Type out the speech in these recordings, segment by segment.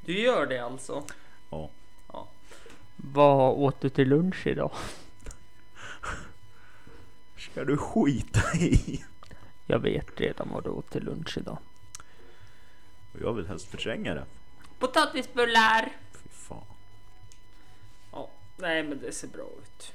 Du gör det alltså? Ja. Ja. Vad åt du till lunch idag? Ska du skita i? Jag vet redan vad du åt till lunch idag. Och jag vill helst förtränga det. Potatisbullar! Fy fan. Ja, nej men det ser bra ut.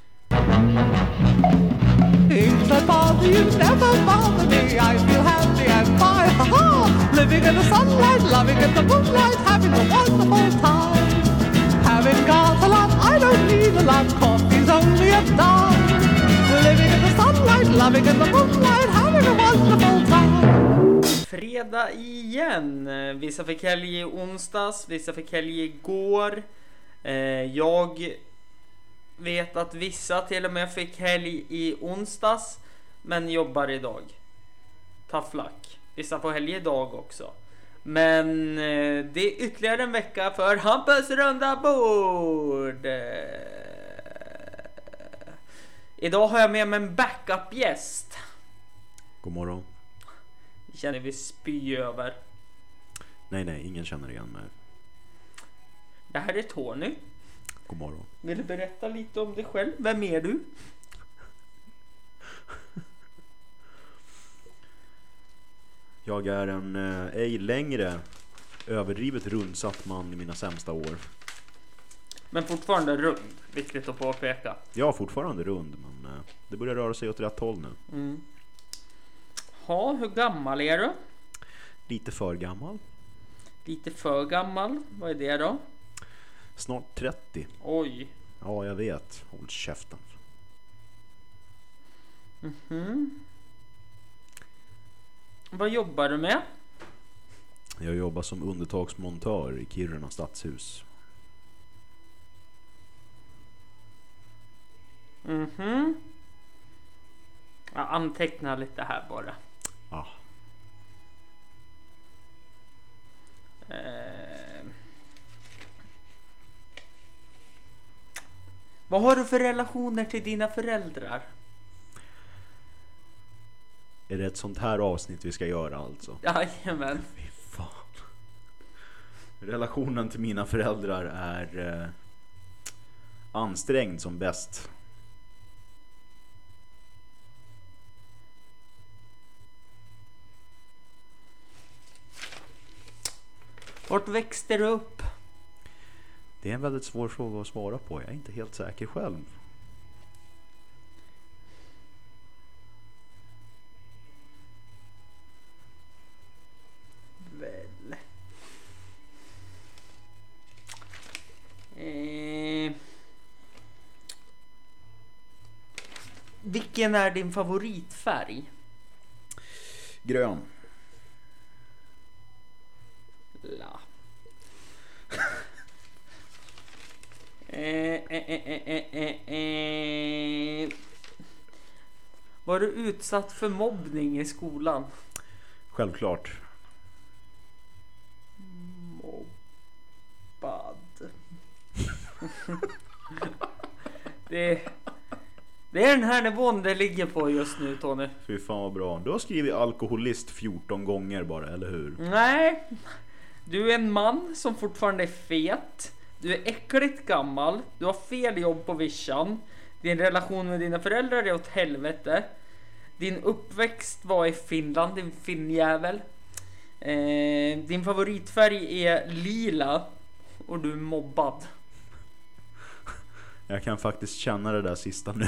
Things that bother you never bother me. I feel happy and fine, ha-ha! Living in the sunlight, loving in the moonlight, having a wonderful time. Having got a lot, I don't need a lot, coffee's only a dime. Living in the sunlight, loving in the moonlight, having a wonderful time. Fredag igen. Vissa fick helg i onsdags, vissa fick helg igår. Jag vet att vissa till och med fick helg i onsdags men jobbar idag. Tough luck. Vissa får helg idag också. Men det är ytterligare en vecka för Hampus runda bord. Idag har jag med mig en backup-gäst. God morgon. Det känner vi spy över. Nej, ingen känner igen mig. Det här är Tony. God morgon. Vill du berätta lite om dig själv? Vem är du? Jag är en ej längre överdrivet rundsatt man i mina sämsta år. Men fortfarande rund. Viktigt att påpeka. Jag är fortfarande rund, men det börjar röra sig åt rätt håll nu. Ja, hur gammal är du? Lite för gammal. Lite för gammal. Vad är det då? Snart 30. Oj. Ja, jag vet. Håll käften. Vad jobbar du med? Jag jobbar som undertagsmontör i Kiruna stadshus. Jag antecknar lite här bara. Ah. Vad har du för relationer till dina föräldrar? Är det ett sånt här avsnitt vi ska göra alltså? Jajamän. Fy fan. Relationen till mina föräldrar är ansträngd som bäst. Vart växte du upp? Det är en väldigt svår fråga att svara på. Jag är inte helt säker själv. Väl. Vilken är din favoritfärg? Grön. La. Var du utsatt för mobbning i skolan? Självklart. Mobbad. Det är den här nivån det ligger på just nu, Tony. Fy fan vad bra. Du har skrivit alkoholist 14 gånger bara, eller hur? Nej. Du är en man som fortfarande är fet. Du är äckligt gammal. Du har fel jobb på vischan. Din relation med dina föräldrar är åt helvete. Din uppväxt var i Finland, din finnjävel. Din favoritfärg är lila. Och du är mobbad. Jag kan faktiskt känna det där sista nu.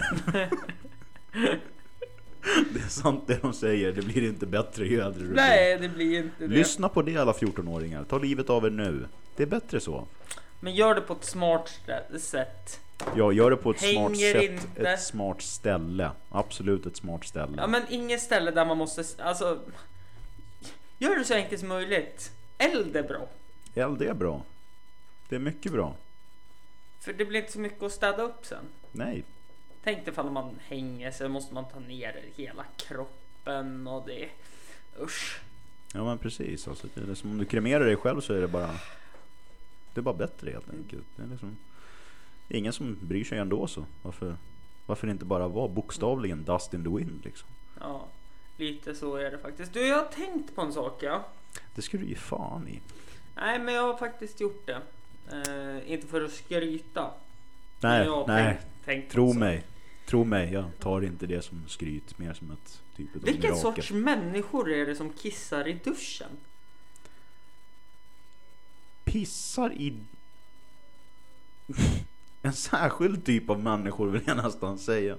Det är sant det de säger. Det blir inte bättre ju äldre du blir. Nej, det blir inte det. Lyssna på det alla 14-åringar. Ta livet av er nu. Det är bättre så. Men gör det på ett smart sätt. Ja, gör det på ett Hänger smart sätt. inte. Ett smart ställe. Absolut ett smart ställe. Ja, men inget ställe där man måste... Alltså... Gör det så enkelt som möjligt. Eld är bra. Eld är bra. Det är mycket bra. För det blir inte så mycket att städa upp sen. Nej. Tänk dig ifall man hänger så måste man ta ner hela kroppen och det... Usch. Ja, men precis. Alltså, det är som om du kremerar dig själv så är det bara... Det är bara bättre helt enkelt. Det är liksom... Ingen som bryr sig ändå så. Varför inte bara vara bokstavligen dust in the wind liksom? Ja, lite så är det faktiskt. Du, jag har tänkt på en sak, ja. Det skulle du ge fan i. Nej, men jag har faktiskt gjort det. Inte för att skryta. Nej, Tänkt Tro mig, jag tar inte det som skryt, mer som ett typ av Vilken mirakel. sorts människor är det som kissar i duschen? Pissar i... En särskild typ av människor vill jag nästan säga.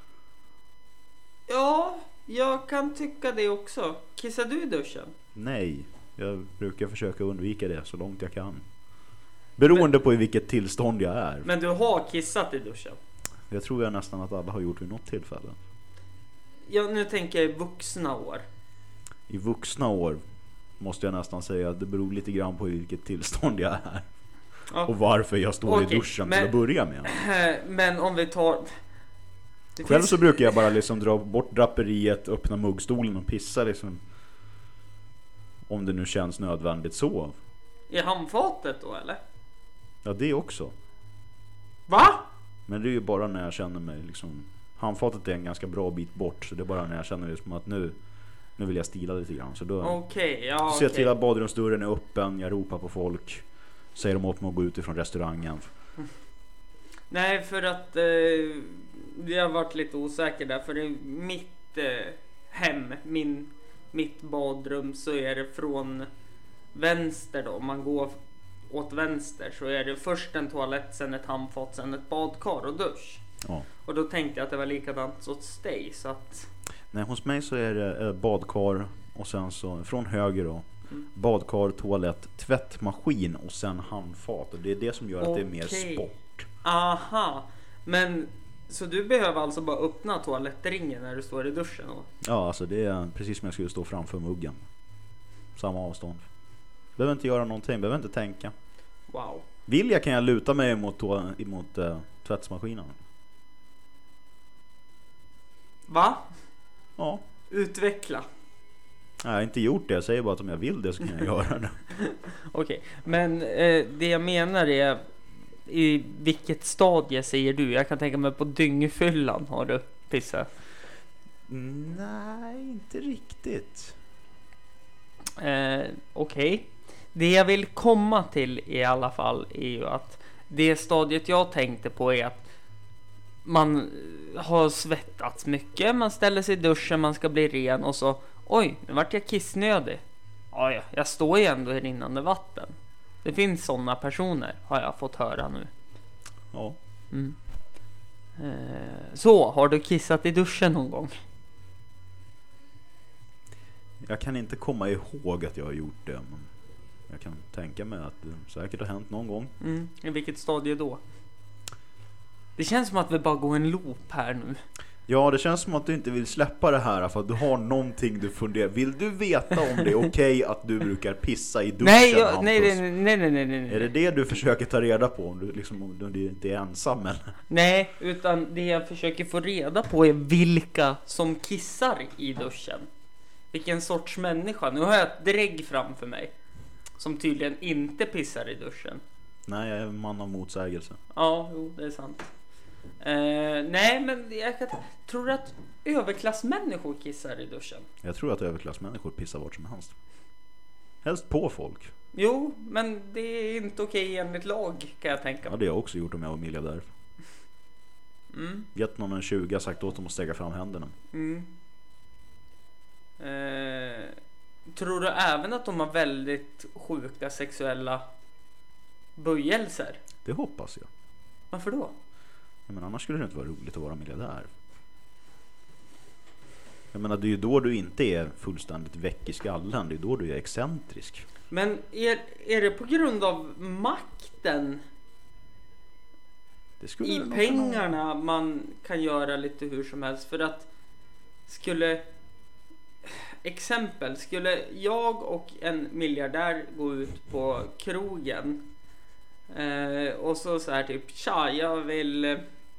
Ja, jag kan tycka det också. Kissar du i duschen? Nej, jag brukar försöka undvika det så långt jag kan. Beroende på i vilket tillstånd jag är. Men du har kissat i duschen? Jag tror jag nästan att alla har gjort vid något tillfälle. Ja, nu tänker jag i vuxna år. I vuxna år måste jag nästan säga att det beror lite grann på i vilket tillstånd jag är. Ja. Och varför jag står i duschen till att börja med. Men om vi tar... Själv så brukar jag bara liksom dra bort draperiet, öppna muggstolen och pissa liksom. Om det nu känns nödvändigt så. I handfatet då, eller? Ja, det också. Va? Men det är ju bara när jag känner mig liksom... Handfatet är en ganska bra bit bort. Så det är bara när jag känner liksom att nu vill jag stila lite grann. Så då ser jag till att badrumsdörren är öppen. Jag ropar på folk. Säger de åt mig att gå ut ifrån restaurangen. Nej, för att jag har varit lite osäker där. För i mitt hem, mitt badrum, så är det från vänster då. Om man går åt vänster så är det först en toalett, sen ett handfat, sen ett badkar och dusch. Ja. Och då tänkte jag att det var likadant hos dig, så att... Nej, hos mig så är det badkar och sen så från höger då. Badkar, toalett, tvättmaskin och sen handfat. Och det är det som gör att det är mer sport. Aha, men så du behöver alltså bara öppna toalettringen när du står i duschen då? Ja, alltså det är precis som jag skulle stå framför muggen. Samma avstånd. Behöver inte göra någonting, behöver inte tänka. Wow. Vill jag kan jag luta mig mot tvättmaskinen. Va? Ja. Utveckla. Nej, jag har inte gjort det. Jag säger bara att om jag vill det så kan jag göra det. Okej, men det jag menar är, i vilket stadie säger du? Jag kan tänka mig på dyngfyllan har du pissat. Nej, inte riktigt. Okej. Det jag vill komma till i alla fall är ju att det stadiet jag tänkte på är att man har svettats mycket, man ställer sig i duschen, man ska bli ren och så, oj, nu vart jag kissnödig. Ja, jag står ju ändå i rinnande vatten. Det finns sådana personer, har jag fått höra nu. Ja. Så, har du kissat i duschen någon gång? Jag kan inte komma ihåg att jag har gjort det, men jag kan tänka mig att det säkert har hänt någon gång. I vilket stadie då? Det känns som att vi bara går en loop här nu. Ja, det känns som att du inte vill släppa det här för att du har någonting du funderar. Vill du veta om det är okej att du brukar pissa i duschen? Nej. Är det det du försöker ta reda på? Om du inte är ensam eller? Nej, utan det jag försöker få reda på är vilka som kissar i duschen. Vilken sorts människa. Nu har jag ett drägg framför mig som tydligen inte pissar i duschen. Nej, jag är en man av motsägelse. Ja, jo, det är sant. Nej, men tror du att överklassmänniskor kissar i duschen? Jag tror att överklassmänniskor pissar vart som helst. Helst på folk. Jo, men det är inte okej enligt lag, kan jag tänka mig. Ja, det har jag också gjort om jag var miljardär. Gett någon en 20, sagt åt dem att stäcka fram händerna. Tror du även att de har väldigt sjuka sexuella böjelser? Det hoppas jag. Varför då? Men annars skulle det inte vara roligt att vara miljardär. Jag menar, det är ju då du inte är fullständigt väck i skallen. Det är då du är excentrisk. Men är det på grund av makten i pengarna man kan göra lite hur som helst? För att skulle jag och en miljardär gå ut på krogen och så här typ, tja, jag vill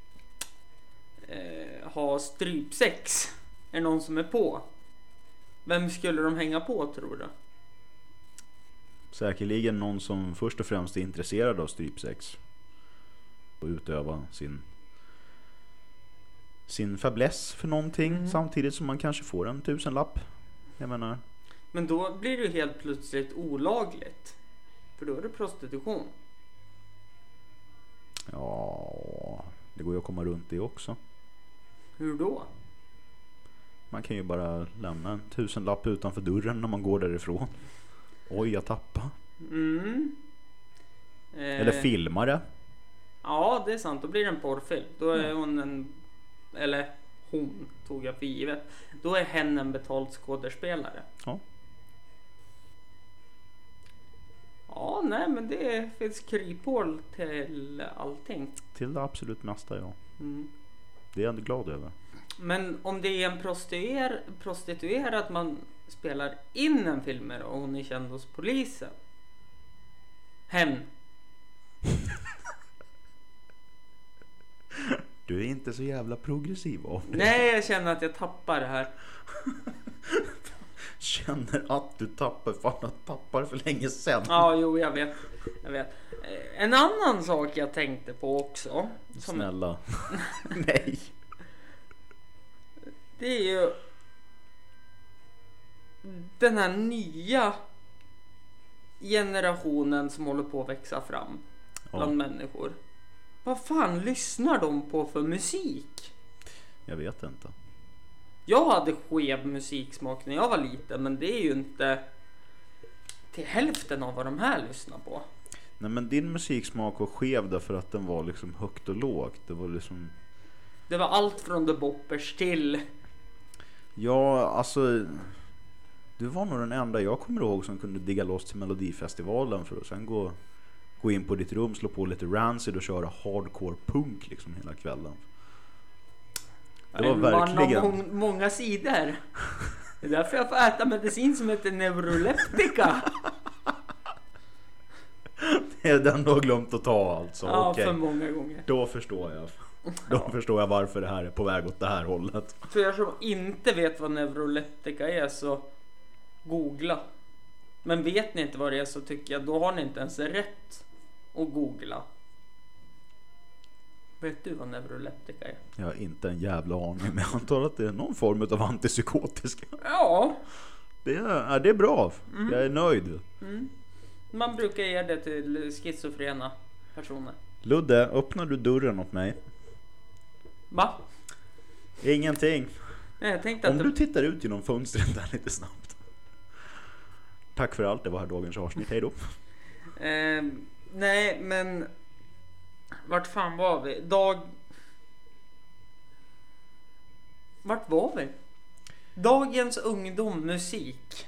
ha strypsex. Är någon som är på? Vem skulle de hänga på, tror du? Säkerligen någon som först och främst är intresserad av strypsex och utöva sin fäbless för någonting samtidigt som man kanske får en 1000-lapp. Jag menar. Men då blir det ju helt plötsligt olagligt. För då är det prostitution. Ja, det går ju att komma runt det också. Hur då? Man kan ju bara lämna en 1000-lapp utanför dörren när man går därifrån. Oj, jag tappade. Eller filma det. Ja, det är sant. Då blir det en porrfilm. Då är hon en... Eller hon tog jag för givet. Då är hen en betald skådespelare. Ja. Ja, nej, men det finns kryphål till allting. Till det absolut mesta, ja. Det är jag ändå glad över. Men om det är en prostituerad man spelar in en film med och hon är känd hos polisen. Hen. Du är inte så jävla progressiv av det. Nej, jag känner att jag tappar det här. Känner att du tappar. Fan, jag tappar för länge sedan. Ja, jo, jag vet. En annan sak jag tänkte på också. Snälla. Nej. Det är ju den här nya generationen som håller på att växa fram bland människor. Vad fan lyssnar de på för musik? Jag vet inte. Jag hade skev musiksmak när jag var liten, men det är ju inte till hälften av vad de här lyssnar på. Nej, men din musiksmak var skev därför att den var liksom högt och lågt. Det var liksom... Det var allt från The Boppers till... Ja, alltså... Du var nog den enda jag kommer ihåg som kunde digga loss till Melodifestivalen för att sen gå in på ditt rum, slå på lite Rancid och köra hardcore punk liksom hela kvällen. Det var verkligen... Man har många sidor. Det är därför jag får äta medicin som heter neuroleptika. Det är den du har glömt att ta alltså. Ja, okej. för många gånger. Då förstår jag. Då förstår jag varför det här är på väg åt det här hållet. För er som inte vet vad neuroleptika är, så googla. Men vet ni inte vad det är, så tycker jag då har ni inte ens rätt att googla. Vet du vad neuroleptika är? Jag har inte en jävla aning, men jag antar att det är någon form av antipsykotiska. Ja. Det är bra. Jag är nöjd. Man brukar ge det till schizofrena personer. Ludde, öppnar du dörren åt mig? Va? Ingenting. Nej, jag tänkte Om att du tittar ut genom fönstret där lite snabbt. Tack för allt, det var här dagens avsnitt. Hej då. Nej, men vart fan var vi? Vart var vi? Dagens ungdom, musik.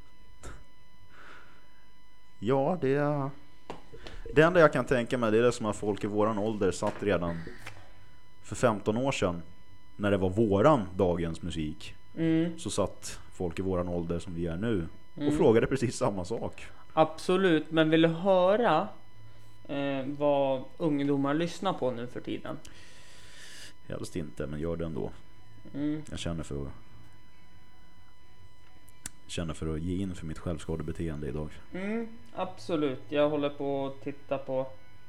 Ja, det enda jag kan tänka mig, det är det som att folk i våran ålder satt redan för 15 år sedan när det var våran dagens musik. Så satt folk i våran ålder som vi är nu och frågade precis samma sak. Absolut, men vill du höra vad ungdomar lyssnar på nu för tiden? Helst inte, men gör det ändå. Jag känner för att ge in för mitt självskadebeteende idag. Absolut, jag håller på att titta på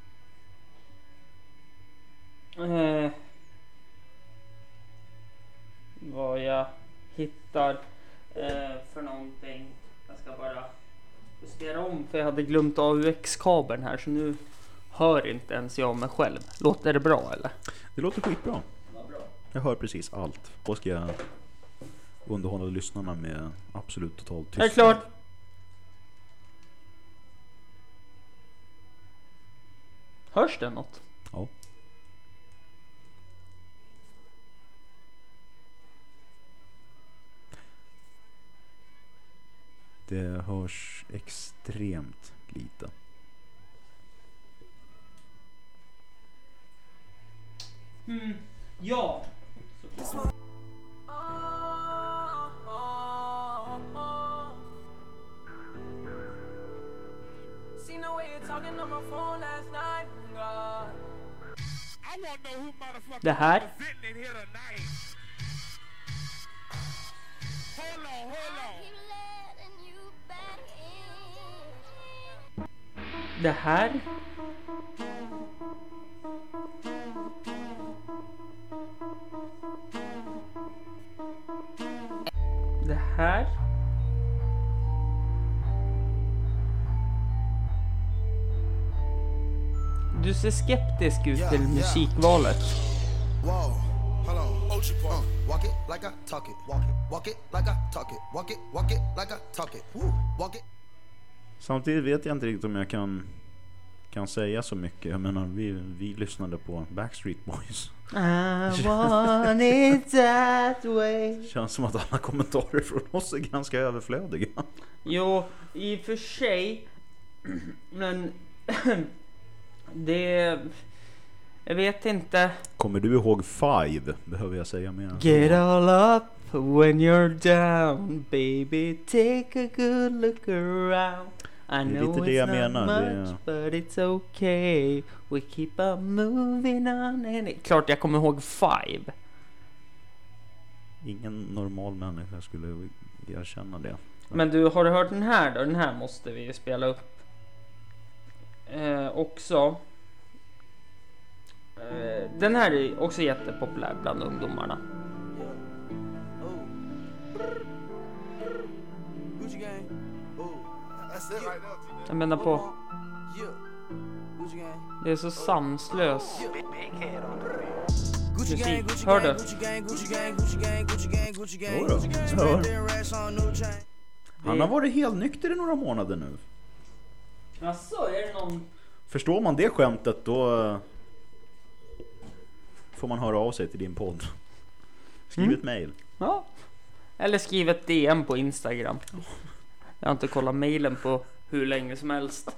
vad jag hittar för någonting. Jag ska bara justera om, för jag hade glömt AUX-kabeln här, så nu hör inte ens jag mig själv. Låter det bra eller? Det låter skitbra. Ja, bra. Jag hör precis allt. Och ska jag underhålla lyssnarna med absolut totalt Är det tystnad. klart? Hörs det något? Ja. Det hörs extremt lite. Ja. Seen the way you're talking on my phone last night. God. Det här. Det här. Det här. Du ser skeptisk ut till musikvalet. Whoa, hold on. Walk it like I talk it. Walk it like I talk it. Walk it like I talk it. Walk it. Samtidigt vet jag inte riktigt om jag kan säga så mycket. Jag menar, vi lyssnade på Backstreet Boys. I want it that way. Känns som att alla kommentarer från oss är ganska överflödiga. Jo, i och för sig. Men det... Jag vet inte. Kommer du ihåg Five? Behöver jag säga mer? Get all up when you're down, baby. Take a good look around. I är know lite det jag it's not menar, much, but it's okay. We keep on moving on. Klart jag kommer ihåg Five. Ingen normal människa skulle erkänna det. Men du, har du hört den här då? Den här måste vi ju spela upp. Också. Den här är också jättepopulär bland ungdomarna. Jag menar på. Det är så sanslös musik. Hör du? Han har varit helt nykter i några månader nu. Alltså, är det någon... Förstår man det skämtet då får man höra av sig till din podd. Skriv ett mejl. Ja. Eller skriv ett DM på Instagram. Jag har inte kollat mejlen på hur länge som helst.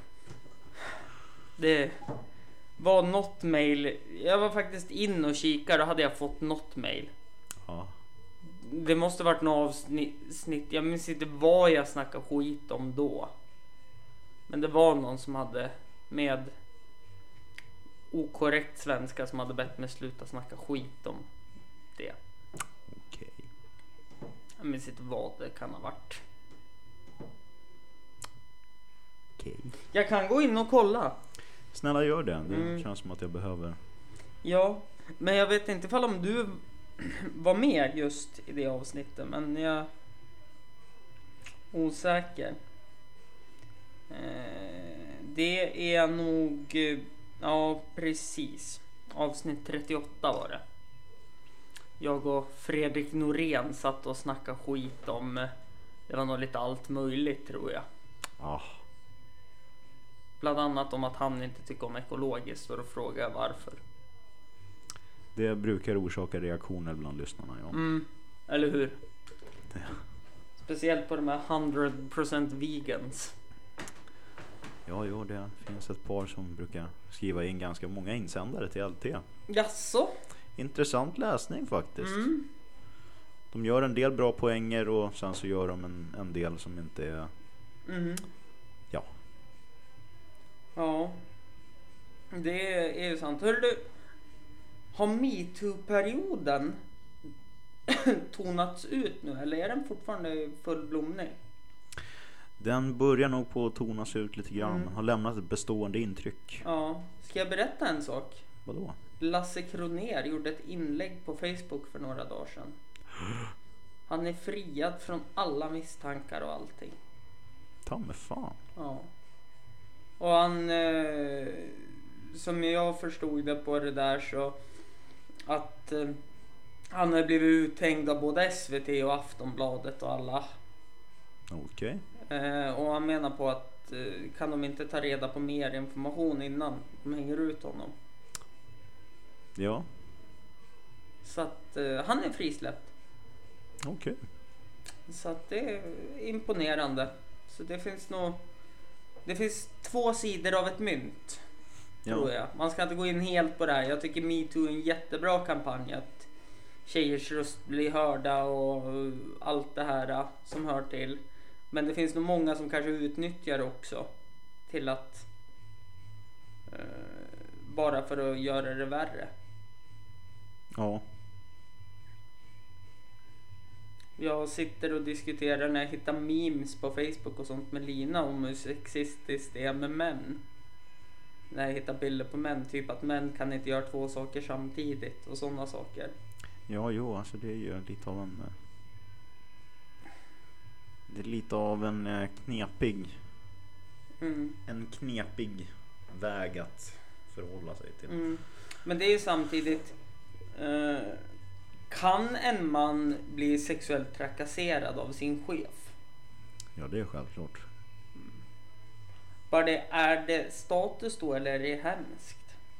Det var något mejl. Jag var faktiskt in och kikade. Då hade jag fått något mejl. Ja. Det måste varit något avsnitt. Jag minns inte vad jag snackade skit om då. Men det var någon som hade med okorrekt svenska som hade bett mig sluta snacka skit om det. Okej. Jag minns inte vad det kan ha varit. Okej. Jag kan gå in och kolla. Snälla gör det. Det känns som att jag behöver. Ja, men jag vet inte ifall om du var med just i det avsnittet. Men jag är osäker. Det är nog... Ja, precis. Avsnitt 38 var det. Jag och Fredrik Norén satt och snackade skit om... Det var nog lite allt möjligt, tror jag. Ah. Bland annat om att han inte tycker om ekologiskt. Och då frågar jag varför. Det brukar orsaka reaktioner bland lyssnarna, ja. Eller hur? Det. Speciellt på de här 100% vegans. Ja, det finns ett par som brukar skriva in ganska många insändare till LT. Jaså? Intressant läsning faktiskt. De gör en del bra poänger och sen så gör de en del som inte är... Ja. Ja. Det är ju sant. Hör du, har MeToo-perioden tonats ut nu? Eller är den fortfarande full blomning? Den börjar nog på att tonas ut lite grann. Har lämnat ett bestående intryck. Ja. Ska jag berätta en sak? Vadå? Lasse Kronér gjorde ett inlägg på Facebook för några dagar sedan. Han är friad från alla misstankar och allting. Ta med fan. Ja. Och han, som jag förstod det på det där så att han har blivit uthängd av både SVT och Aftonbladet och alla. Okej. Och han menar på att kan de inte ta reda på mer information innan de hänger ut honom. Ja. Så att han är frisläppt. Okej. Så att det är imponerande. Så det finns nog... Det finns två sidor av ett mynt. Tror jag. Man ska inte gå in helt på det här. Jag tycker MeToo är en jättebra kampanj. Att tjejers röst blir hörda och allt det här som hör till. Men det finns nog många som kanske utnyttjar det också. Till att... bara för att göra det värre. Ja. Jag sitter och diskuterar när jag hittar memes på Facebook och sånt med Lina om hur sexistiskt det är med män. När jag hittar bilder på män, typ att män kan inte göra två saker samtidigt och sådana saker. Ja, alltså det är ju lite av en... Det är lite av en knepig... En knepig väg att förhålla sig till. Men det är ju samtidigt, kan en man bli sexuellt trakasserad av sin chef? Ja, det är självklart. Bara det, är det status då eller är det hemskt?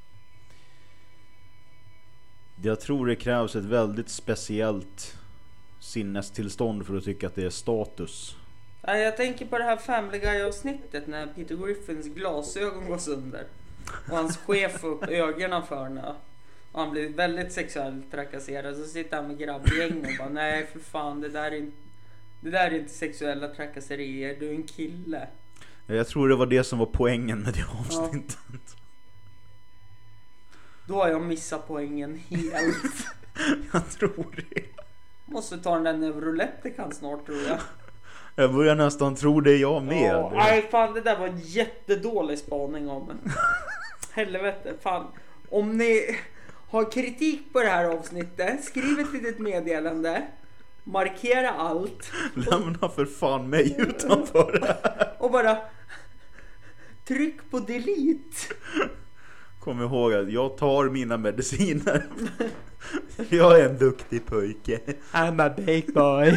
Jag tror det krävs ett väldigt speciellt sinnestillstånd för att tycka att det är status. Ja, jag tänker på det här Family Guy-avsnittet när Peter Griffins glasögon går sönder och hans chef får upp ögonen för henne och han blir väldigt sexuellt trakasserad. Så sitter han med grabbgäng och bara, nej för fan, det där är inte sexuella trakasserier, du är en kille. Jag tror det var det som var poängen med det avsnittet. Ja. Då har jag missat poängen helt. Jag tror det. Måste ta den där neuroleptikan snart, tror jag. Jag börjar nästan tro det jag med. Nej fan, det där var en jättedålig spaning om en. Helvete, fan. Om ni har kritik på det här avsnittet, skriv ett litet meddelande. Markera allt. Lämna för fan mig utanför det här. Och bara tryck på delete. Kom ihåg att jag tar mina mediciner. Jag är en duktig pojke. I'm a big boy.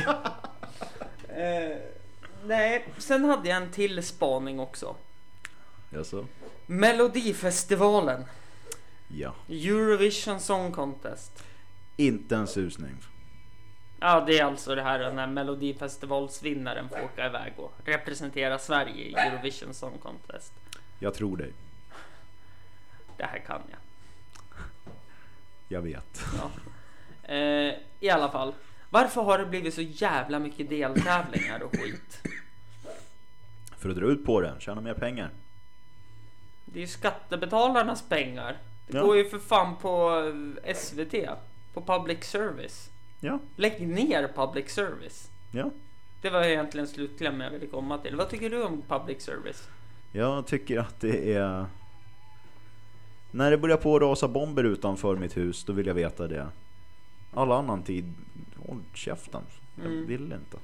Nej, sen hade jag en till spaning också. Jaså? Melodifestivalen. Ja. Eurovision Song Contest. Inte en susning. Ja, det är alltså det här när Melodifestivalsvinnaren får åka iväg och representera Sverige i Eurovision Song Contest. Jag tror dig. Det här kan jag. Jag vet. Ja. I alla fall. Varför har det blivit så jävla mycket deltävlingar och skit? För att dra ut på det, tjäna mer pengar. Det är ju skattebetalarnas pengar. Det Ja. går ju för fan på SVT. På public service. Ja. Lägg ner public service. Ja. Det var egentligen slutklämmen jag ville komma till. Vad tycker du om public service? Jag tycker att det är... När det börjar på att rasa bomber utanför mitt hus, då vill jag veta det. All annan tid, håll käften. Jag vill inte.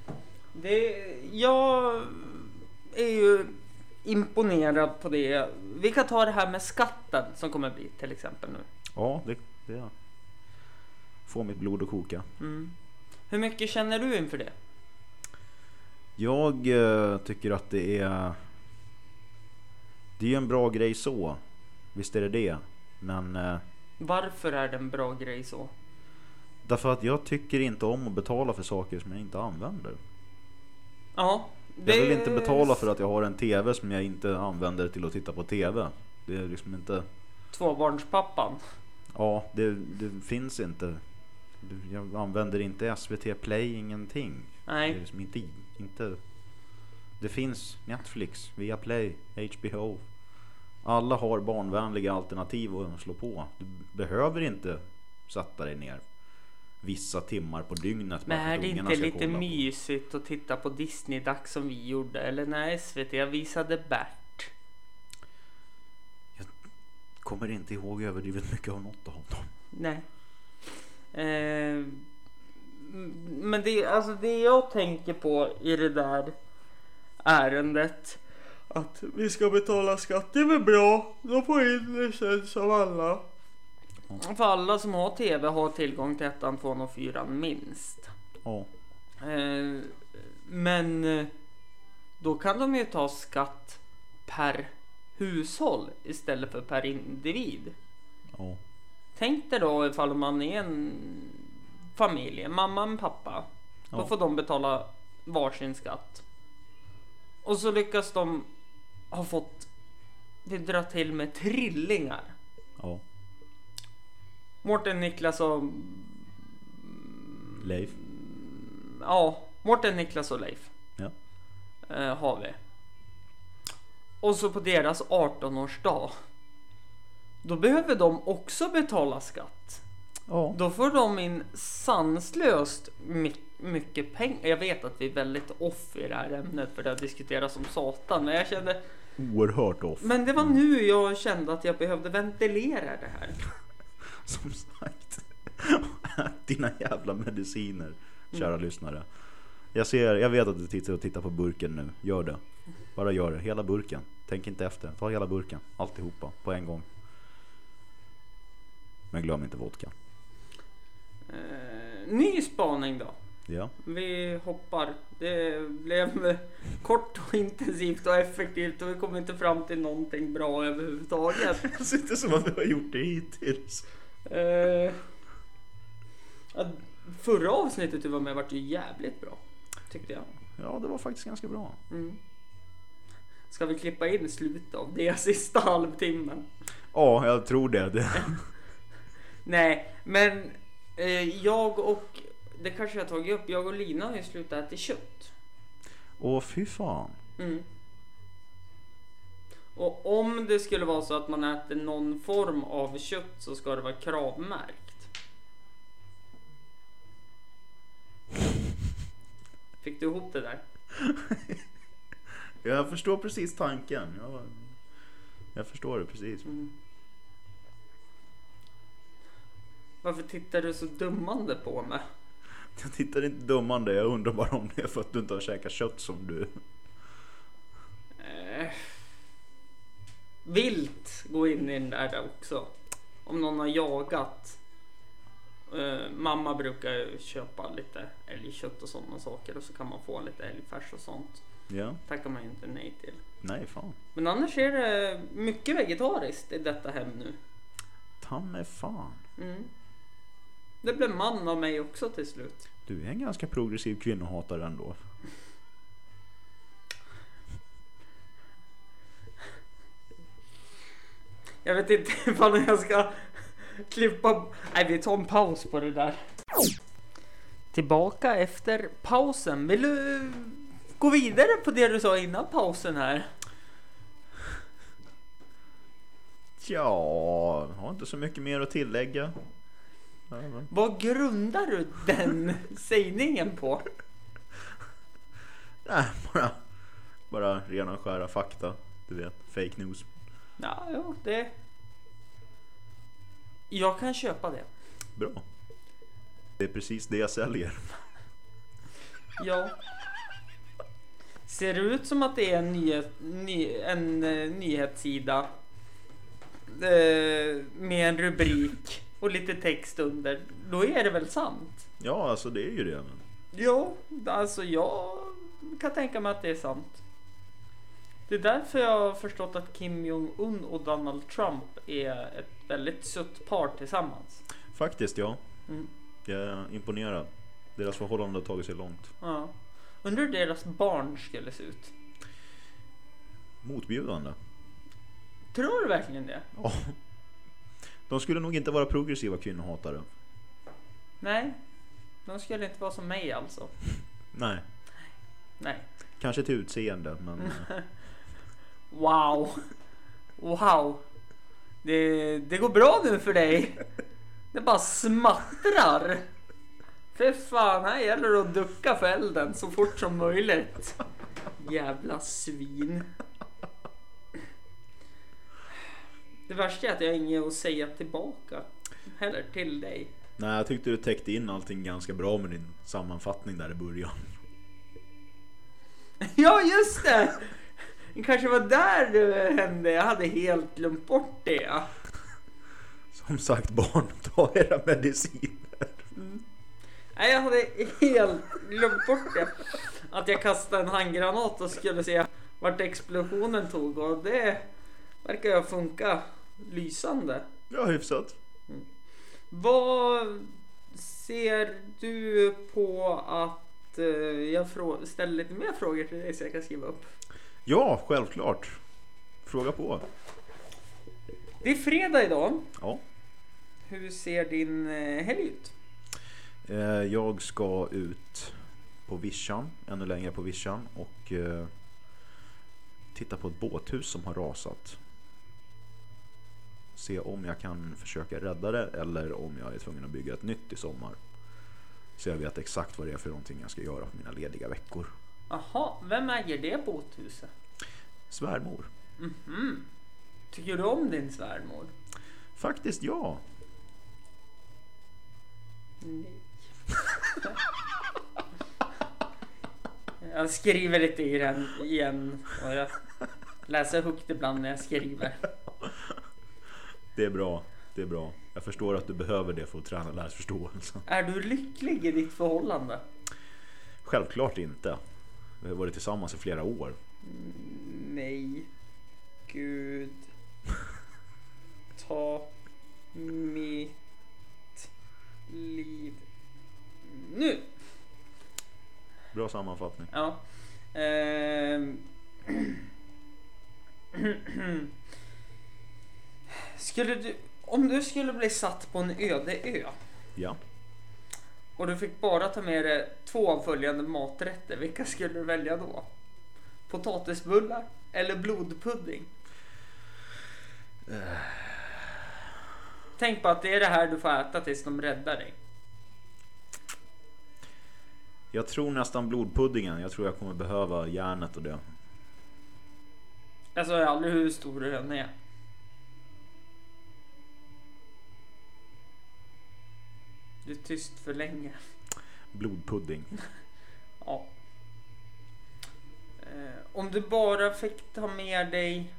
Jag är ju imponerad på det. Vi kan ta det här med skatten som kommer bli till exempel nu. Ja, det får mitt blod att koka. Hur mycket känner du inför det? Jag tycker att det är en bra grej så. Visst är det. Men varför är det en bra grej så? därför att jag tycker inte om att betala för saker som jag inte använder. Ja, Jag vill inte betala för att jag har en tv som jag inte använder till att titta på tv. Det är liksom inte... Tvåbarnspappan. Ja, det finns inte. Jag använder inte SVT Play, ingenting. Nej. Det är liksom inte. Det finns Netflix, Viaplay, HBO. Alla har barnvänliga alternativ att slå på. Du behöver inte sätta dig ner vissa timmar på dygnet. Men är det inte lite mysigt att titta på Disney-dags som vi gjorde? Eller när SVT visade Bert? Jag kommer inte ihåg överdrivet mycket av något av dem. Nej. Men det jag tänker på i det där ärendet, att vi ska betala skatt, det är väl bra. Då får in licens av alla. För alla som har tv har tillgång till 1, 2 och 4 minst. Ja. Men då kan de ju ta skatt per hushåll istället för per individ. Ja. Tänk dig då ifall man är en familj, mamma och pappa. Då Ja. får de betala varsin skatt. Och så lyckas de ha fått det dra till med trillingar. Ja. Mårten, Niklas och Leif. Ja, Mårten, Niklas och Leif. Ja. Har vi. Och så på deras 18-årsdag, då behöver de också betala skatt. Ja. Då får de in sanslöst mycket pengar. Jag vet att vi är väldigt off i det här ämnet, för det har diskuterats som satan. Men jag kände... Oerhört off. Men det var nu jag kände att jag behövde ventilera det här. Som sagt. Dina jävla mediciner, kära lyssnare. Jag vet att du tittar på burken nu. Gör det. Bara gör det. Hela burken. Tänk inte efter. Ta hela burken. Alltihopa på en gång. Men glöm inte vodka. Ny spaning då. Ja. Vi hoppar. Det blev kort och intensivt och effektivt och vi kom inte fram till någonting bra överhuvudtaget. Det ser inte som att vi har gjort det hittills. Förra avsnittet du var med var ju jävligt bra, tyckte jag. Ja, det var faktiskt ganska bra. Ska vi klippa in slutet av det sista halvtimmen? Ja, jag tror det. Nej, men jag och... Det kanske jag har tagit upp. Jag och Lina har ju slutat äta kött. Åh, fy fan. Och om det skulle vara så att man äter någon form av kött så ska det vara kravmärkt. Fick du ihop det där? Jag förstår precis tanken. Jag förstår det precis. Varför tittar du så dummande på mig? Jag tittar inte dummande. Jag undrar bara om det är för att du inte har käkat kött som du. Vilt gå in i den där också. Om någon har jagat. Mamma brukar köpa lite älgkött och sådana saker. Och så kan man få lite älgfärs och sånt. Ja. Tackar man ju inte nej till. Nej, fan. Men annars är det mycket vegetariskt i detta hem nu. Ta mig fan. Det blev man av mig också till slut. Du är en ganska progressiv kvinnohatare ändå. Jag vet inte ifall jag ska klippa... Nej, vi tar en paus på det där. Tillbaka efter pausen. Vill du gå vidare på det du sa innan pausen här? Ja, jag har inte så mycket mer att tillägga. Vad grundar du den sägningen på? Nej, bara rena och skära fakta. Du vet, fake news. Ja, jo, det... Jag kan köpa det. Bra. Det är precis det jag säljer. Ja. Ser det ut som att det är en nyhetssida med en rubrik och lite text under, då är det väl sant? Ja, alltså det är ju det. Ja, alltså jag kan tänka mig att det är sant. Det är därför jag har förstått att Kim Jong-Un och Donald Trump är ett väldigt sött par tillsammans. Faktiskt, ja. Jag är imponerad. Deras förhållande har tagit sig långt. Ja. Undrar hur deras barn skulle se ut. Motbjudande. Tror du verkligen det? Ja. De skulle nog inte vara progressiva kvinnohatare. Nej, de skulle inte vara som mig alltså. Nej. Nej. Kanske till utseende, men... Wow. Det går bra nu för dig. Det bara smattrar. För fan, här gäller det att ducka för elden så fort som möjligt. Jävla svin. Det värsta är att jag har inget att säga tillbaka heller till dig. Nej, jag tyckte du täckte in allting ganska bra med din sammanfattning där i början. Ja, just det! Det kanske var där det hände. Jag hade helt glömt bort det. Som sagt, barn, ta era mediciner. Nej, jag hade helt glömt bort det. Att jag kastade en handgranat och skulle se vart explosionen tog. Och det verkar ju funka lysande. Ja, hyfsat. Vad ser du på att jag ställer lite mer frågor till dig så jag kan skriva upp? Ja, självklart. Fråga på. Det är fredag idag. Ja. Hur ser din helg ut? Jag ska ut på Vischan, ännu längre på Vischan, och titta på ett båthus som har rasat. Se om jag kan försöka rädda det eller om jag är tvungen att bygga ett nytt i sommar. Så jag vet exakt vad det är för någonting jag ska göra på mina lediga veckor. Aha, vem äger det båthuset? Svärmor. Tycker du om din svärmor? Faktiskt, ja. Nej. Jag skriver lite i den igen och jag läser högt ibland när jag skriver. Det är bra, det är bra. Jag förstår att du behöver det för att träna läsförståelse. Är du lycklig i ditt förhållande? Självklart inte. Vi har varit tillsammans i flera år. Nej. Gud. Ta mitt liv nu. Bra sammanfattning. Ja. Om du skulle bli satt på en öde ö. Ja. Och du fick bara ta med dig 2 av följande maträtter. Vilka skulle du välja då? Potatisbullar eller blodpudding? Tänk på att det är det här du får äta tills de räddar dig. Jag tror nästan blodpuddingen. Jag tror jag kommer behöva järnet och det. Jag sa aldrig hur stor den är. Du är tyst för länge. Blodpudding. Ja. Om du bara fick ta med dig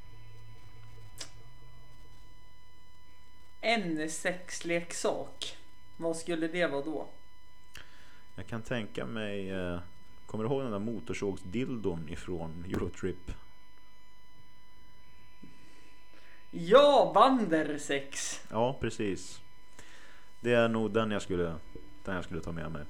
en sexleksak, vad skulle det vara då? Jag kan tänka mig... kommer du ihåg den där motorsågsdildon ifrån Eurotrip? Ja, bandersex. Ja, precis. Det är nog den jag skulle ta med mig.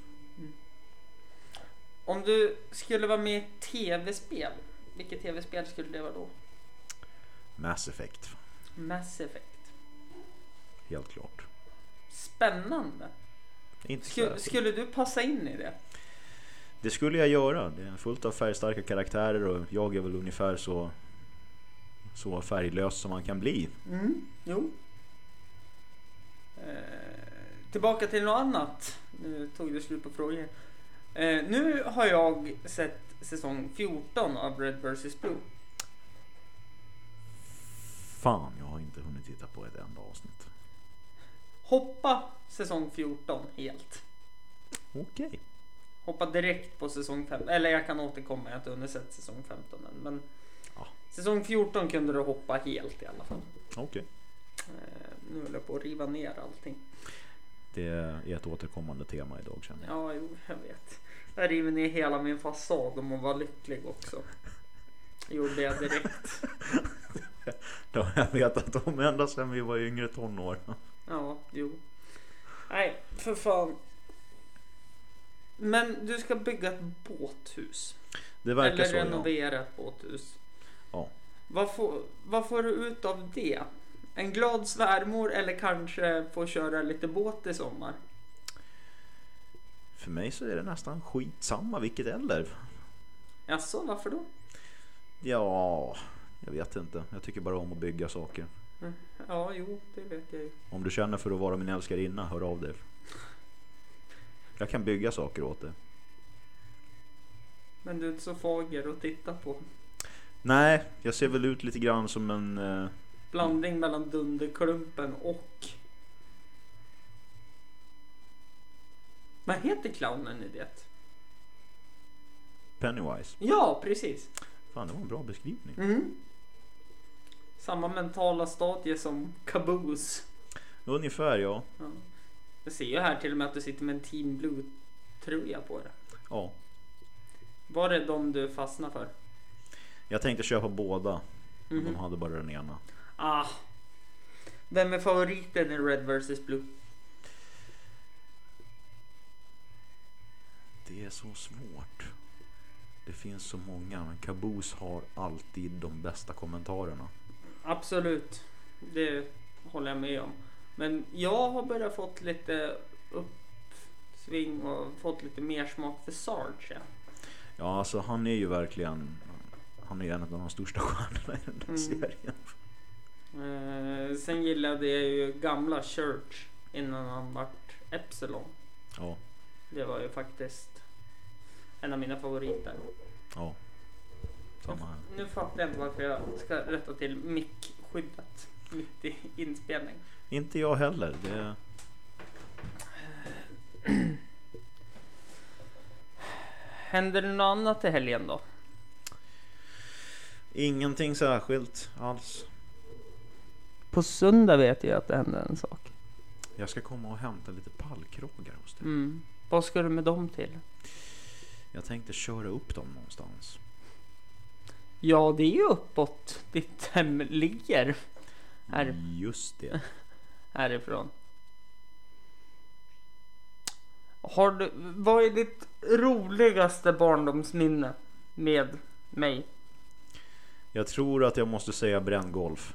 Om du skulle vara med i tv-spel, vilket tv-spel skulle det vara då? Mass Effect. Mass Effect. Helt klart. Spännande. Inte skulle du passa in i det? Det skulle jag göra. Det är fullt av färgstarka karaktärer och jag är väl ungefär så färglös som man kan bli. Jo. Tillbaka till något annat. Nu tog du slut på frågor. Nu har jag sett säsong 14 av Red vs. Blue. Fan, jag har inte hunnit titta på ett enda avsnitt. Hoppa säsong 14 helt. Okej. Hoppa direkt på säsong 5. Eller jag kan återkomma, jag har inte hunnit sett säsong 15 än. Men Ja. säsong 14 kunde du hoppa helt i alla fall. Okej. Nu håller jag på att riva ner allting. Det är ett återkommande tema idag, känner jag. Ja, jo, jag vet. Jag river ner hela min fasad om att vara lycklig också. Gjorde jag direkt. Det har jag vetat om ända sedan vi var yngre tonår. Ja, jo. Nej, för fan. Men du ska bygga ett båthus. Det verkar eller så, renovera ett båthus. Ja. Vad får du ut av det? En glad svärmor eller kanske få köra lite båt i sommar? För mig så är det nästan skitsamma vilket eller. Jaså, varför då? Ja, jag vet inte. Jag tycker bara om att bygga saker. Ja, jo, det vet jag ju. Om du känner för att vara min älskarinna, hör av dig. Jag kan bygga saker åt dig. Men du är inte så fager att titta på. Nej, jag ser väl ut lite grann som en... Blandning mellan Dunderklumpen och... Vad heter clownen i det? Pennywise. Ja, precis. Fan, det var en bra beskrivning. Samma mentala stadie som Caboose. Ungefär, ja. Ja. Jag ser ju här till och med att du sitter med en Team Blue-tröja på det. Ja. Var det de du fastnade för? Jag tänkte köpa båda. Men de hade bara den ena. Vem är favoriten i Red vs. Blue? Det är så svårt. Det finns så många. Men Caboose har alltid de bästa kommentarerna. Absolut. Det håller jag med om. Men jag har börjat fått lite uppsving och fått lite mer smak för Sarge. Ja, alltså han är ju verkligen... Han är en av de största stjärnorna i den där serien. Sen gillade jag ju gamla Church innan han vart Epsilon. Ja. Det var ju faktiskt en av mina favoriter. Ja. Samma här. Nu fattar jag inte varför jag ska rätta till mic-skyddet mitt i inspelning. Inte jag heller. Det... Händer det något annat i helgen då? Ingenting särskilt alls. På söndag vet jag att det händer en sak. Jag ska komma och hämta lite pallkrågar hos dig. Vad ska du med dem till? Jag tänkte köra upp dem någonstans. Ja, det är ju uppåt ditt hem ligger. Här, Just det. härifrån. Vad är ditt roligaste barndomsminne med mig? Jag tror att jag måste säga bränngolf.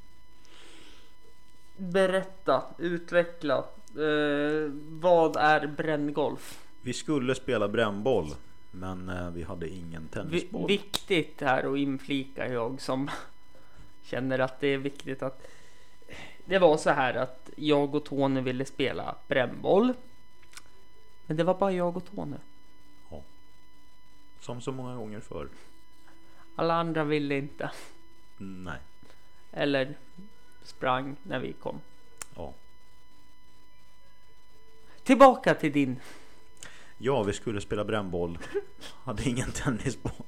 Berätta, utveckla. Vad är bränngolf? Vi skulle spela brännboll, men vi hade ingen tennisboll. Viktigt här att inflika, jag som känner att det är viktigt att det var så här att jag och Tony ville spela brännboll. Men det var bara jag och Tony. Ja. Som så många gånger förr. Alla andra ville inte. Nej. Eller sprang när vi kom. Ja. Tillbaka till din. Ja, vi skulle spela brännboll. Hade ingen tennisboll.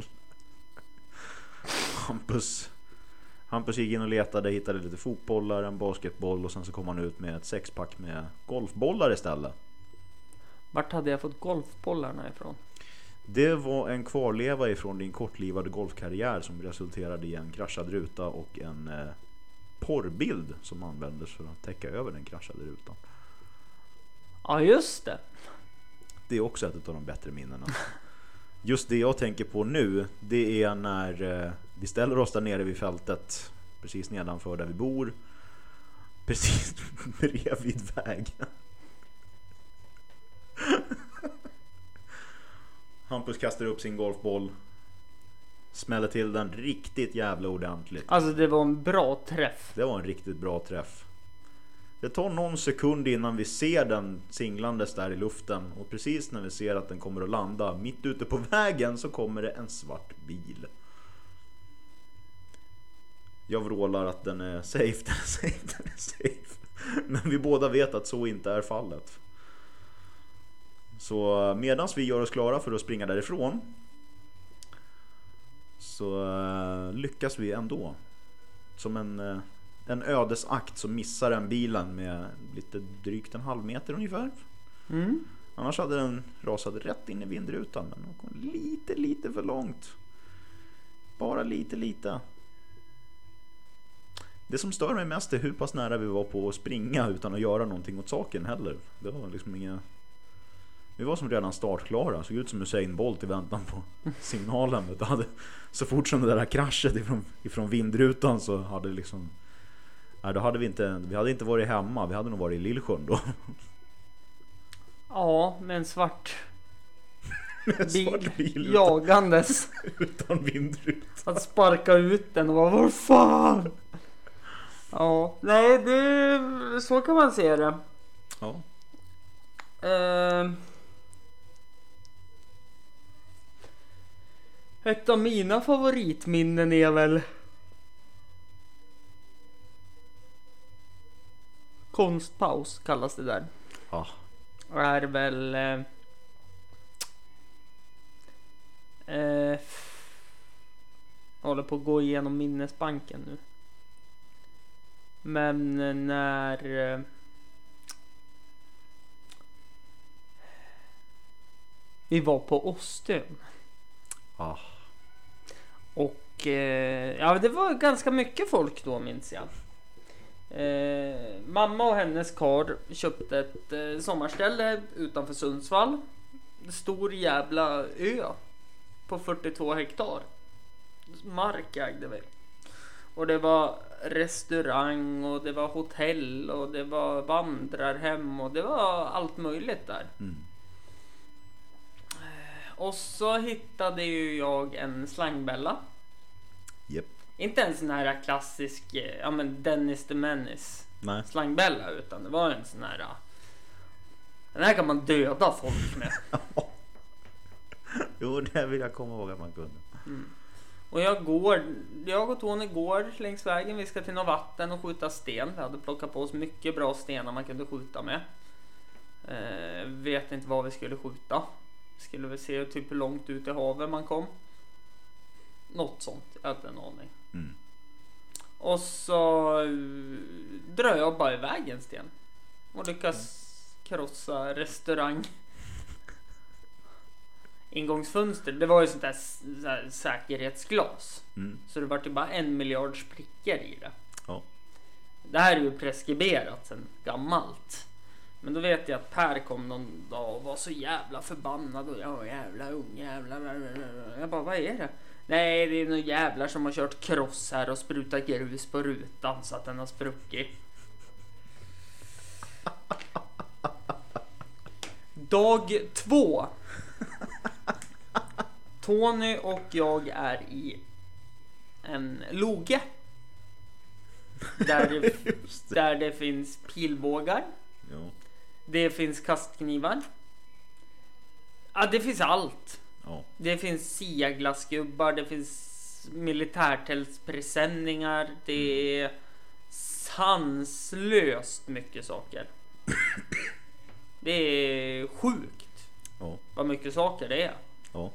Hampus gick in och letade, hittade lite fotbollar, en basketboll och sen så kom han ut med ett 6-pack med golfbollar istället. Vart hade jag fått golfbollarna ifrån? Det var en kvarleva ifrån din kortlivade golfkarriär som resulterade i en kraschad ruta och en porrbild som användes för att täcka över den kraschade rutan. Ja, just det. Det är också ett av de bättre minnena. Just det jag tänker på nu, det är när vi ställer oss där nere vid fältet precis nedanför där vi bor, precis bredvid vägen. Hampus kastar upp sin golfboll, smäller till den riktigt jävla ordentligt. Alltså det var en bra träff. Det var en riktigt bra träff. Det tar någon sekund innan vi ser den singlandes där i luften. Och precis när vi ser att den kommer att landa mitt ute på vägen så kommer det en svart bil. Jag vrålar att den är safe, den är safe, den är safe. Men vi båda vet att så inte är fallet. Så medan vi gör oss klara för att springa därifrån så lyckas vi ändå. Som en ödesakt så missar den bilen med lite drygt en halv meter ungefär. Annars hade den rasat rätt in i vindrutan, men den kom lite för långt. Bara lite. Det som stör mig mest är hur pass nära vi var på att springa utan att göra någonting åt saken heller. Det var liksom inga... Vi var som redan startklara, såg ut som Usain Bolt i väntan på signalen. Så fort som det där kraschet ifrån vindrutan så hade liksom... Nej, då hade vi hade inte varit hemma, vi hade nog varit i Lillsjön då. Ja, med en svart bil jagandes utan vindruta. att sparka ut den och vara vad fan. Ja, nej, det så kan man se det. Ja. Ett av mina favoritminnen är väl konstpaus kallas det där. Ja. Är väl håller på att gå igenom minnesbanken nu. Men när vi var på Åstön. Ja. Och ja, det var ganska mycket folk då, minns jag. Mamma och hennes kar köpte ett sommarställe utanför Sundsvall. Stor jävla ö på 42 hektar mark ägde vi. Och det var restaurang och det var hotell och det var vandrarhem och det var allt möjligt där. Och så hittade ju jag en slangbella. Yep. Inte en sån här klassisk, ja men Dennis the Menace slangbella, utan det var en sån här. Den här kan man döda folk med. Jo, det vill jag komma ihåg att man kunde. Och jag och Tony går längs vägen. Vi ska till något vatten och skjuta sten. Vi hade plockat på oss mycket bra stenar man kunde skjuta med. Vet inte vad vi skulle skjuta. Skulle vi se typ hur långt ut i havet man kom. Något sånt, jag hade en aning. Och så drar jag bara iväg en sten. och lyckas krossa restaurang. Ingångsfönster, det var ju sånt där säkerhetsglas. Så det var ju bara 1 miljard sprickor i det. Ja. Det här är ju preskriberat sen gammalt. Men då vet jag att Per kom någon dag och var så jävla förbannad. Och jävla ungjävlar. Jag bara, vad är det? Nej, det är några jävlar som har kört cross här och sprutat grus på rutan så att den har spruckit. Dag 2. Tony och jag är i en loge. Där det finns pilbågar. Ja. Det finns kastknivar. Ja, det finns allt. Ja. Det finns Sia-glassgubbar. Det finns militärtältspresenningar. Det är sanslöst mycket saker. Det är sjukt. Ja. Vad mycket saker det är. Ja.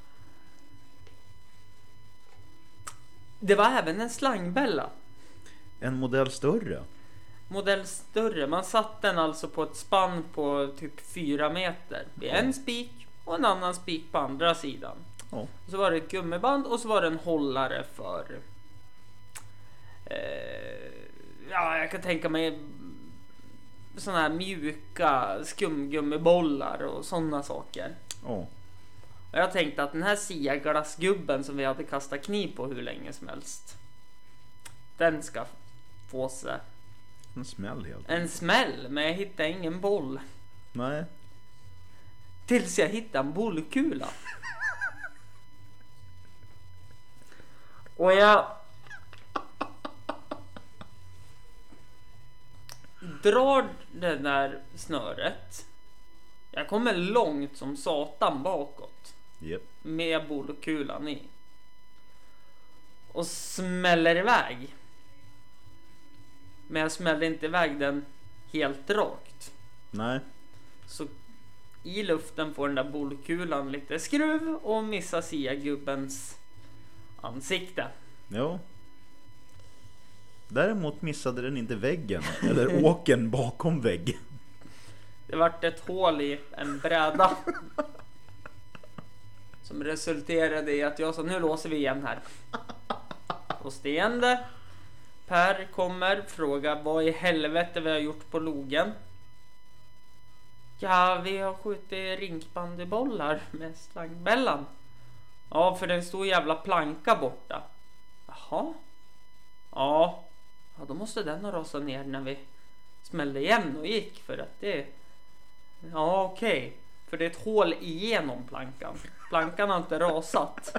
Det var även en slangbälla. En modell större. Modell större. Man satt den alltså på ett spann på typ 4 meter. Det är en spik och en annan spik på andra sidan. Ja. Så var det ett gummiband och så var det en hållare för ja, jag kan tänka mig såna här mjuka skumgummibollar och sådana saker. Ja. Och jag tänkte att den här Sia-glassgubben som vi hade kastat kniv på hur länge som helst, den ska få sig En smäll helt. en smäll, men jag hittade ingen boll. Nej. Tills jag hittade en bollkula. Och jag drar det där snöret. Jag kommer långt som satan bakåt. Japp. Med bollkulan i. Och smäller iväg. Men jag smällde inte iväg den helt rakt. Nej. Så i luften får den där bollkulan lite skruv och missar Sia-gubbens ansikte. Ja. Däremot missade den inte väggen. Eller åken bakom väggen. Det vart ett hål i en bräda. Som resulterade i att jag sa, nu låser vi igen här. Låste igen det. Per kommer, frågar vad i helvete vi har gjort på logen. Ja, vi har skjutit rinkbandybollar med slangbällan. Ja, för den stod jävla planka borta. Jaha. Ja, då måste den ha rasat ner när vi smällde igen och gick, för att det... Ja, okej. För det är ett hål igenom plankan. Plankan har inte rasat.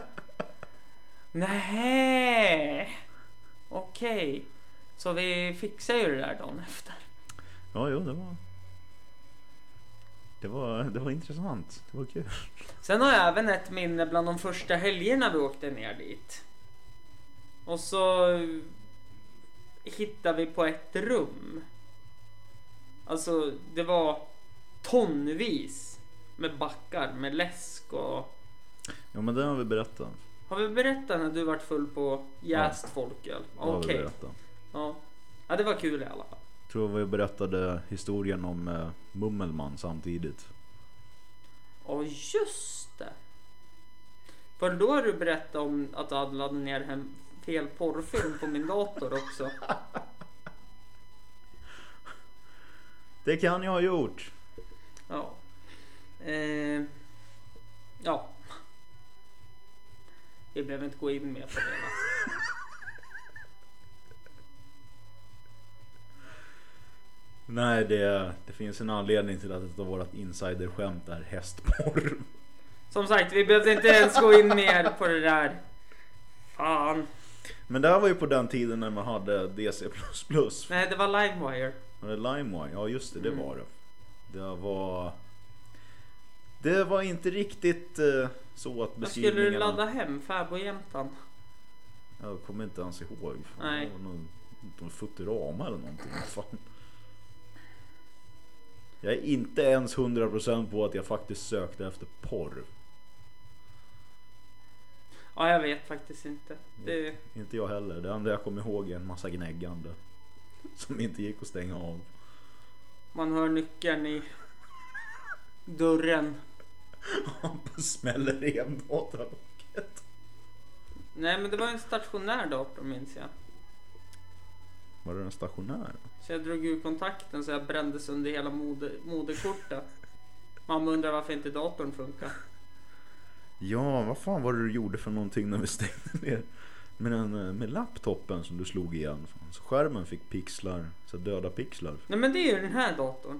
Nej. Okej. Så vi fixar ju det där dagen efter. Ja, jo, det var intressant. Det var kul. Sen har jag även ett minne bland de första helgerna vi åkte ner dit. Och så hittade vi på ett rum. Alltså det var tonvis med backar med läsk och... Ja, men det har vi berättat. Har vi berättat när du varit full på jäst folköl? Okej. Ja, det var kul i alla fall. Jag tror vi berättade historien om Mummelman samtidigt. Ja, just det. För då har du berättat om att du hade laddat ner en fel porrfilm på min dator också. Det kan jag ha gjort. Ja. Ja. Vi behöver inte gå in mer på det. Nej, det finns en anledning till att ett av vårat insiderskämt är hästporr. Som sagt, vi behövde inte ens gå in mer på det där. Fan. Men det här var ju på den tiden när man hade DC++. Nej, det var LimeWire. Var det LimeWire? Ja, just det, det var det. Det var inte riktigt så att Vad skulle du beskrivningarna... ladda hem? Fäbodjämtan? Jag kommer inte ens ihåg. Nej. Det var någon Futurama eller någonting. Fan. Jag är inte ens 100% på att jag faktiskt sökte efter porr. Ja, jag vet faktiskt inte. Inte jag heller. Det enda jag kommer ihåg är en massa gnäggande som inte gick att stänga av. Man hör nyckeln i dörren. Han smäller igen datorlocket. Nej, men det var en stationär dator, minns jag. Var det en stationär? Så jag drog ur kontakten så jag brände sönder hela moderkortet. Mamma undrar varför inte datorn funkar. Ja, vad fan var det du gjorde för någonting när vi stängde ner? Med laptopen som du slog igen. Så skärmen fick pixlar, så döda pixlar. Nej, men det är ju den här datorn.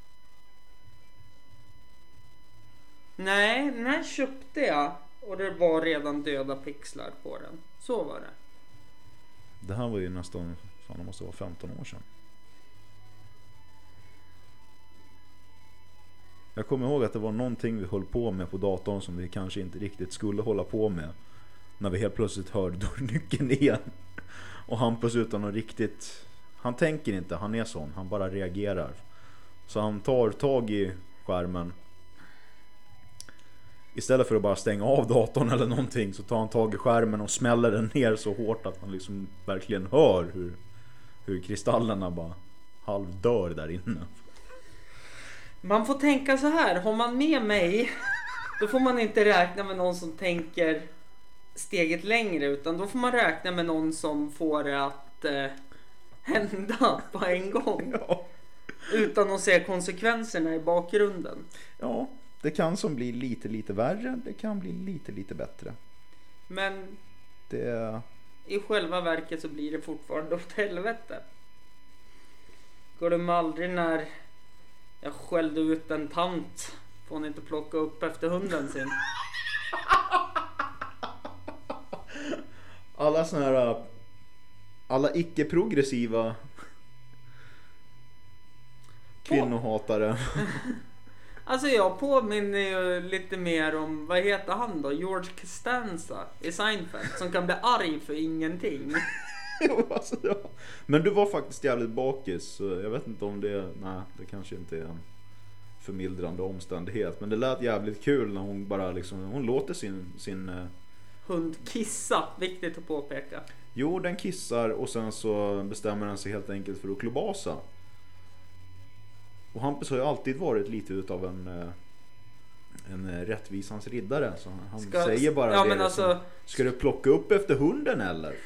Nej, den här köpte jag och det var redan döda pixlar på den. Så var det. Det här var ju nästan, fan det måste vara 15 år sedan. Jag kommer ihåg att det var någonting vi höll på med på datorn som vi kanske inte riktigt skulle hålla på med. När vi helt plötsligt hörde dörrnyckeln igen. Och Hampus utan att riktigt... Han tänker inte, han är sån. Han bara reagerar. Så han tar tag i skärmen. Istället för att bara stänga av datorn eller någonting, så tar han tag i skärmen och smäller den ner så hårt att man liksom verkligen hör hur kristallerna bara halvdör där inne. Man får tänka så här, har man med mig, då får man inte räkna med någon som tänker steget längre, utan då får man räkna med någon som får det att hända på en gång. Ja. Utan att se konsekvenserna i bakgrunden. Ja, det kan som bli lite värre, det kan bli lite bättre. Men Det... i själva verket så blir det fortfarande åt helvete. Går det med aldrig när jag skällde ut en tant, får hon inte plocka upp efter hunden sin. Alla såna här... Alla icke-progressiva kvinnohatare. Alltså jag påminner ju lite mer om, vad heter han då? George Costanza i Seinfeld, som kan bli arg för ingenting. Alltså, ja. Men du var faktiskt jävligt bakis, så jag vet inte om det... Nej, det kanske inte är en förmildrande omständighet. Men det lät jävligt kul när hon bara liksom... Hon låter sin Hund kissa, viktigt att påpeka. Jo, den kissar och sen så bestämmer den sig helt enkelt för att klobasa. Och Hampus har ju alltid varit lite utav en rättvisans riddare. Så han säger bara ja, det. Men alltså... Ska du plocka upp efter hunden eller?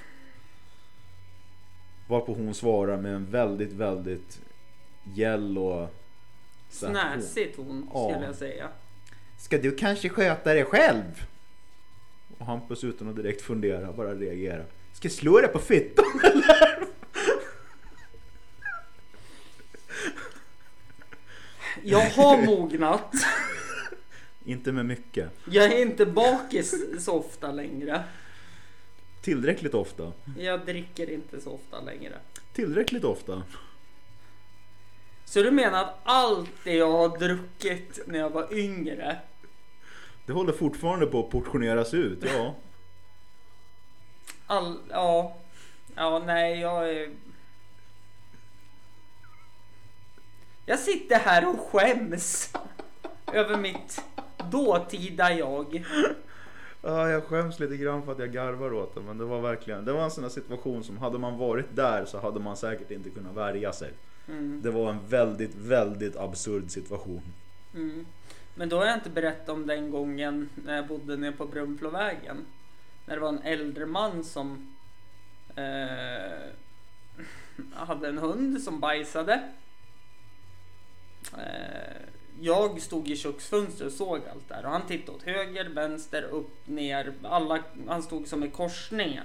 Varpå hon svarar med en väldigt gäll och... snäsig ton, skulle jag säga. Ska du kanske sköta dig själv? Och Hampus utan att direkt fundera bara reagera. Ska jag slå dig på fittan eller? Jag har mognat. Inte med mycket. Jag är inte bakis så ofta längre. Tillräckligt ofta. Jag dricker inte så ofta längre. Tillräckligt ofta. Så du menar att allt det jag har druckit när jag var yngre, det håller fortfarande på att portioneras ut, ja. Nej, jag sitter här och skäms över mitt dåtida jag. Ja, jag skäms lite grann för att jag garvar åt det. Men det var verkligen, det var en sån här situation som hade man varit där så hade man säkert inte kunnat värja sig. Det var en väldigt absurd situation. Men då har jag inte berättat om den gången när jag bodde nere på Brunflovägen. När det var en äldre man som hade en hund som bajsade. Jag stod i köksfönstret och såg allt där. Och han tittade åt höger, vänster, upp, ner. Han stod som i korsningen.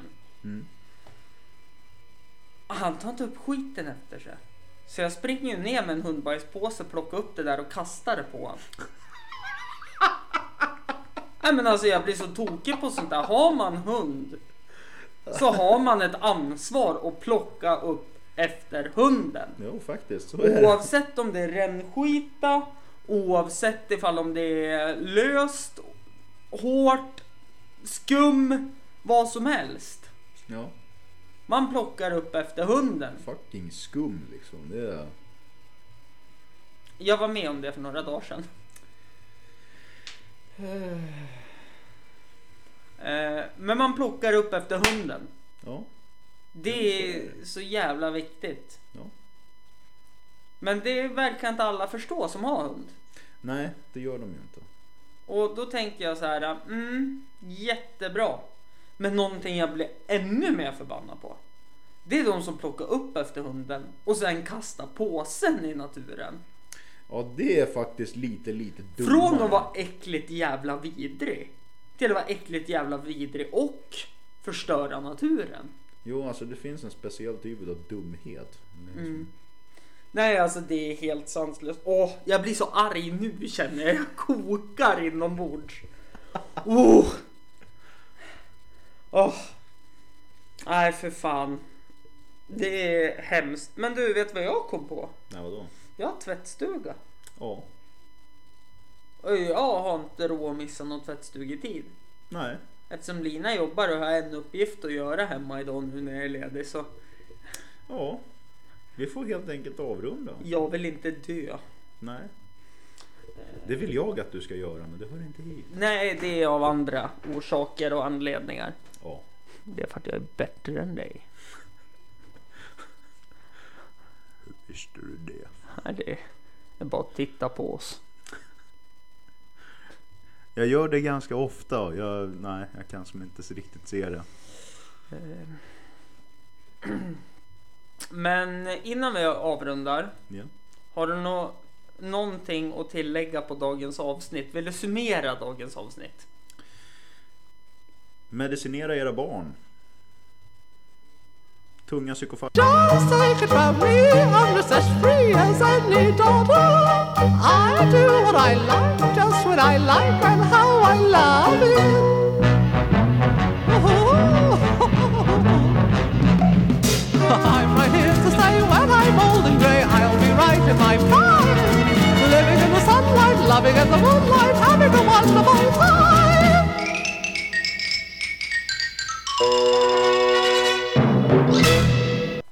Han tar inte upp skiten efter sig. Så jag springer ner med en hundbajspåse, plockar upp det där och kastar det på honom. Nej, men alltså jag blir så tokig på sånt där. Har man hund så har man ett ansvar att plocka upp efter hunden. Jo, faktiskt. Så är det. Oavsett om det är rännskita, oavsett ifall om det är löst, hårt, skum, vad som helst. Ja. Man plockar upp efter hunden. Fucking skum liksom. Det är... Jag var med om det för några dagar sedan. Men man plockar upp efter hunden. Ja. Det är så jävla viktigt. Ja. Men det verkar inte alla förstå som har hund. Nej, det gör de ju inte. Och då tänker jag så här, jättebra. Men någonting jag blir ännu mer förbannad på, det är de som plockar upp efter hunden och sen kastar påsen i naturen. Ja, det är faktiskt lite dummare. Från att vara äckligt jävla vidrig till att vara äckligt jävla vidrig och förstöra naturen. Jo, alltså det finns en speciell typ av dumhet. Nej, alltså det är helt sanslöst. Jag blir så arg nu, känner jag. Jag kokar inombords. Nej, för fan. Det är hemskt. Men du, vet vad jag kom på? Nej, vadå? Jag har tvättstuga. Ja. Och jag har inte råd att missa någon tvättstugetid. Nej. Eftersom Lina jobbar och har en uppgift att göra hemma idag nu när jag är ledig, så... Ja. Vi får helt enkelt avrunda. Jag vill inte dö. Nej. Det vill jag att du ska göra, men det hör inte hit. Nej, det är av andra orsaker och anledningar. Ja. Det är för att jag är bättre än dig. Hur visste du det? Nej, det är bara att titta på oss. Jag gör det ganska ofta. Jag kan som inte så riktigt se det. Men innan vi avrundar, Ja. har du någonting att tillägga på dagens avsnitt? Vill du summera dagens avsnitt? Medicinera era barn. Tunga psykofaler. Just take it from me, I'm just as free as any daughter. I do what I like, just what I like, and how I love it. I'm right here to stay when I'm old and grey. I'll be right in my prime, living in the sunlight, loving in the moonlight, having a wonderful time.